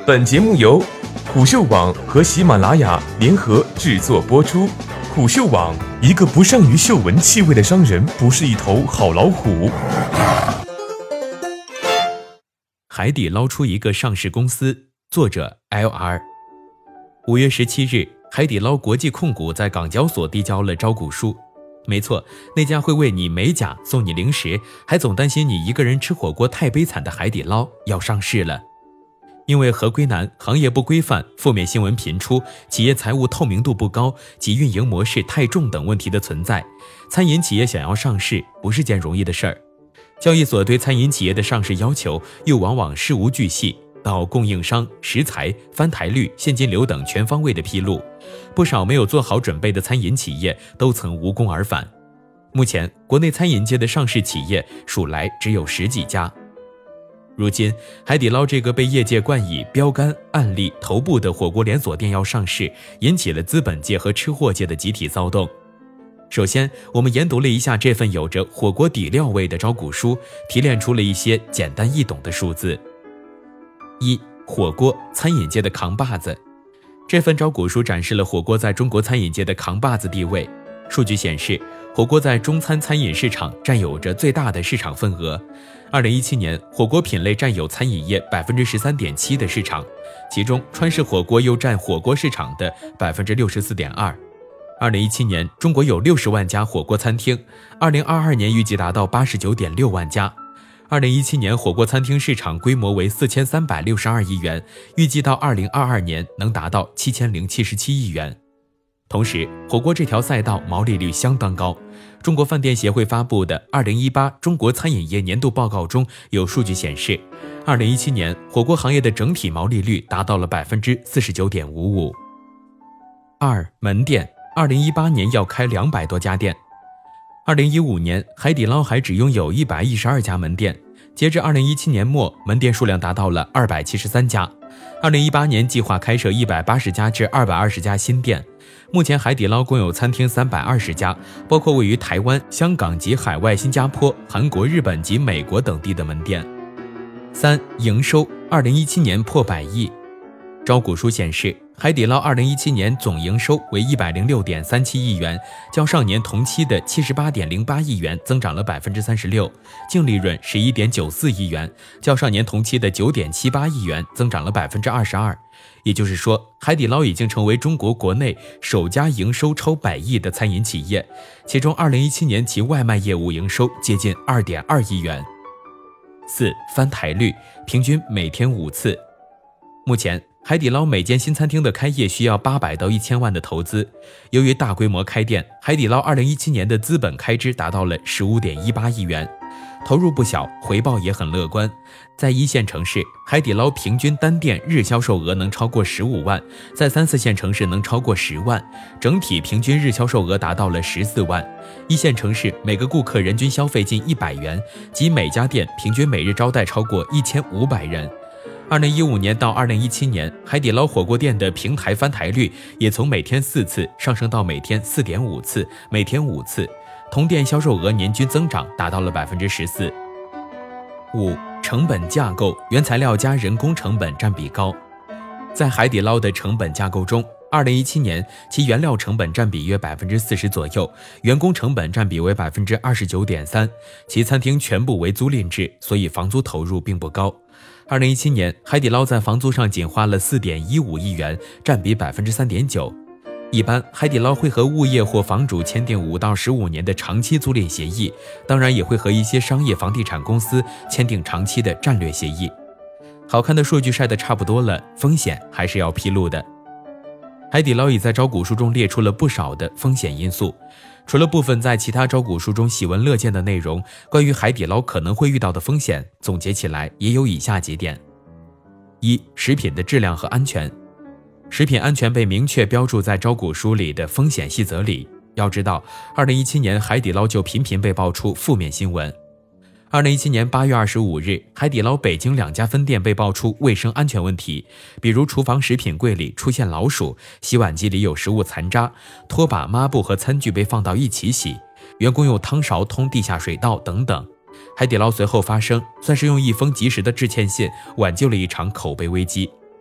本节目由虎嗅网和喜马拉雅联合制作播出。虎嗅网：一个不善于嗅闻气味的商人不是一头好老虎。 海底捞出一个上市公司，作者 LR。5月17日，海底捞国际控股在港交所递交了招股书。没错，那家会为你美甲送你零食，还总担心你一个人吃火锅太悲惨的海底捞要上市了。因为合规难、行业不规范、负面新闻频出、企业财务透明度不高及运营模式太重等问题的存在，餐饮企业想要上市不是件容易的事儿。交易所对餐饮企业的上市要求又往往事无巨细，到供应商、食材、翻台率、现金流等全方位的披露，不少没有做好准备的餐饮企业都曾无功而返。目前，国内餐饮界的上市企业数来只有10几家。如今，海底捞这个被业界冠以标杆、案例、头部的火锅连锁店要上市，引起了资本界和吃货界的集体骚动。首先，我们研读了一下这份有着火锅底料味的招股书，提炼出了一些简单易懂的数字。1. 火锅，餐饮界的扛把子。这份招股书展示了火锅在中国餐饮界的扛把子地位。数据显示，火锅在中餐餐饮市场占有着最大的市场份额。2017年，火锅品类占有餐饮业 13.7% 的市场，其中川式火锅又占火锅市场的 64.2%。2017年，中国有60万家火锅餐厅，2022年预计达到89.6万家。2017年火锅餐厅市场规模为4362亿元，预计到2022年能达到7077亿元。同时，火锅这条赛道毛利率相当高。中国饭店协会发布的2018中国餐饮业年度报告中有数据显示，2017年火锅行业的整体毛利率达到了 49.55%。2. 门店，2018年要开200多家店。2015年，海底捞还只拥有112家门店，截至2017年末，门店数量达到了273家。2018年计划开设180家至220家新店。目前海底捞共有餐厅320家，包括位于台湾、香港及海外新加坡、韩国、日本及美国等地的门店。3. 营收，2017年破100亿。招股书显示，海底捞2017年总营收为106.37亿元，较上年同期的78.08亿元增长了 36%， 净利润11.94亿元，较上年同期的9.78亿元增长了 22%。也就是说，海底捞已经成为中国国内首家营收超100亿的餐饮企业，其中2017年其外卖业务营收接近 2.2亿元。4. 翻台率，平均每天5次。目前，海底捞每间新餐厅的开业需要800到1000万的投资。由于大规模开店，海底捞2017年的资本开支达到了 15.18亿元，投入不小，回报也很乐观。在1线城市，海底捞平均单店日销售额能超过15万，在3、4线城市能超过10万，整体平均日销售额达到了14万。1线城市每个顾客人均消费近100元，即每家店平均每日招待超过1500人。2015年到2017年，海底捞火锅店的平台翻台率也从每天4次上升到每天4.5次，每天5次，同店销售额年均增长达到了 14%。5. 成本架构，原材料加人工成本占比高。在海底捞的成本架构中，2017年其原料成本占比约 40% 左右，员工成本占比为 29.3%， 其餐厅全部为租赁制，所以房租投入并不高。2017年，海底捞在房租上仅花了 4.15亿元，占比 3.9%。一般，海底捞会和物业或房主签订5到15年的长期租赁协议，当然也会和一些商业房地产公司签订长期的战略协议。好看的数据晒得差不多了，风险还是要披露的。海底捞已在招股书中列出了不少的风险因素，除了部分在其他招股书中喜闻乐见的内容，关于海底捞可能会遇到的风险，总结起来也有以下几点。1. 食品的质量和安全。食品安全被明确标注在招股书里的风险细则里。要知道，2017年海底捞就频频被爆出负面新闻。2017年8月25日，海底捞北京2家分店被爆出卫生安全问题，比如厨房食品柜里出现老鼠，洗碗机里有食物残渣，拖把、抹布和餐具被放到一起洗，员工用汤勺通地下水道等等。海底捞随后发声，算是用一封及时的致歉信挽救了一场口碑危机。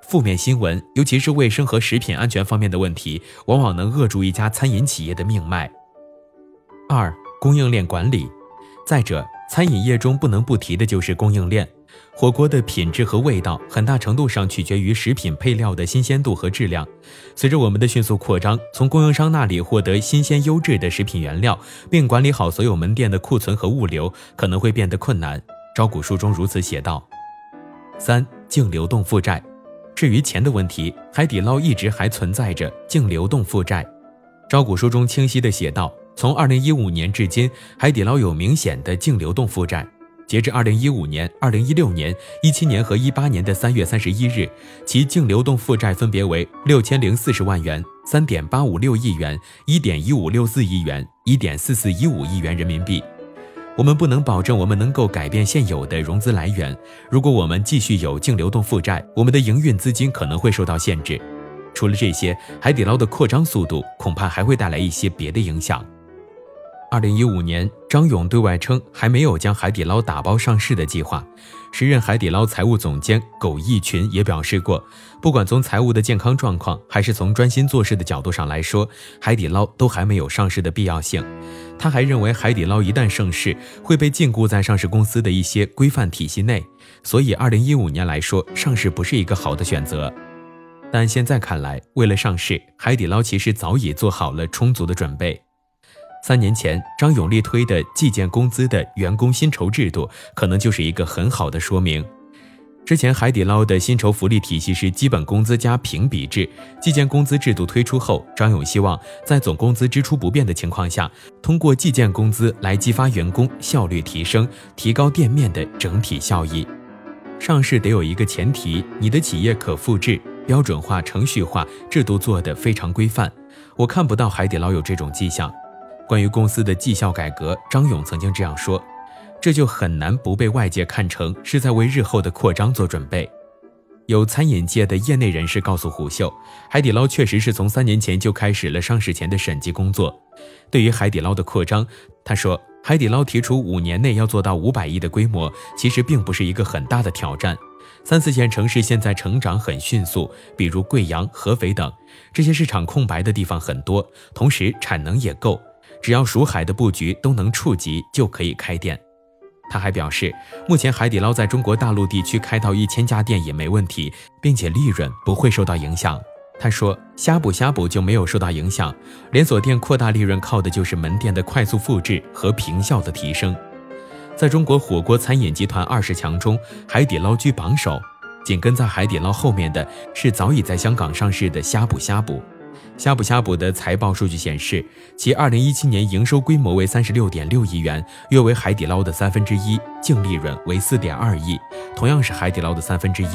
负面新闻，尤其是卫生和食品安全方面的问题，往往能扼住一家餐饮企业的命脉。2、供应链管理。再者，餐饮业中不能不提的就是供应链。火锅的品质和味道很大程度上取决于食品配料的新鲜度和质量。随着我们的迅速扩张，从供应商那里获得新鲜优质的食品原料，并管理好所有门店的库存和物流，可能会变得困难。招股书中如此写道。3、净流动负债。至于钱的问题，海底捞一直还存在着净流动负债。招股书中清晰地写道，从2015年至今，海底捞有明显的净流动负债。截至2015年、2016年、17年和18年的3月31日，其净流动负债分别为6040万元、3.856亿元、1.1564亿元、1.4415亿元人民币。我们不能保证我们能够改变现有的融资来源，如果我们继续有净流动负债，我们的营运资金可能会受到限制。除了这些，海底捞的扩张速度恐怕还会带来一些别的影响。2015年，张勇对外称还没有将海底捞打包上市的计划。时任海底捞财务总监苟义群也表示过，不管从财务的健康状况，还是从专心做事的角度上来说，海底捞都还没有上市的必要性。他还认为，海底捞一旦上市，会被禁锢在上市公司的一些规范体系内，所以2015年来说，上市不是一个好的选择。但现在看来，为了上市，海底捞其实早已做好了充足的准备。3年前，张勇力推的计件工资的员工薪酬制度，可能就是一个很好的说明。之前海底捞的薪酬福利体系是基本工资加评比制，计件工资制度推出后，张勇希望在总工资支出不变的情况下，通过计件工资来激发员工效率提升，提高店面的整体效益。上市得有一个前提，你的企业可复制、标准化、程序化，制度做得非常规范。我看不到海底捞有这种迹象。关于公司的绩效改革，张勇曾经这样说，这就很难不被外界看成是在为日后的扩张做准备。有餐饮界的业内人士告诉虎嗅，海底捞确实是从3年前就开始了上市前的审计工作。对于海底捞的扩张，他说，海底捞提出5年内要做到500亿的规模，其实并不是一个很大的挑战。3、4线城市现在成长很迅速，比如贵阳、合肥等，这些市场空白的地方很多，同时产能也够，只要蜀海的布局都能触及，就可以开店。他还表示，目前海底捞在中国大陆地区开到1000家店也没问题，并且利润不会受到影响。他说，呷哺就没有受到影响，连锁店扩大利润靠的就是门店的快速复制和坪效的提升。在中国火锅餐饮集团20强中，海底捞居榜首，紧跟在海底捞后面的是早已在香港上市的呷哺。呷哺的财报数据显示，其2017年营收规模为36.6亿元，约为海底捞的1/3，净利润为4.2亿，同样是海底捞的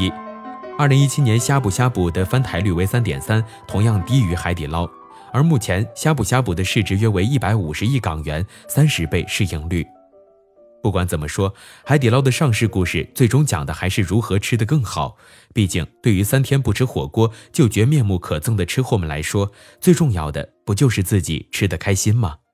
1/3。2017年呷哺的翻台率为3.3，同样低于海底捞。而目前呷哺的市值约为150亿港元，30倍市盈率。不管怎么说，海底捞的上市故事最终讲的还是如何吃得更好。毕竟对于3天不吃火锅就觉面目可憎的吃货们来说，最重要的不就是自己吃得开心吗？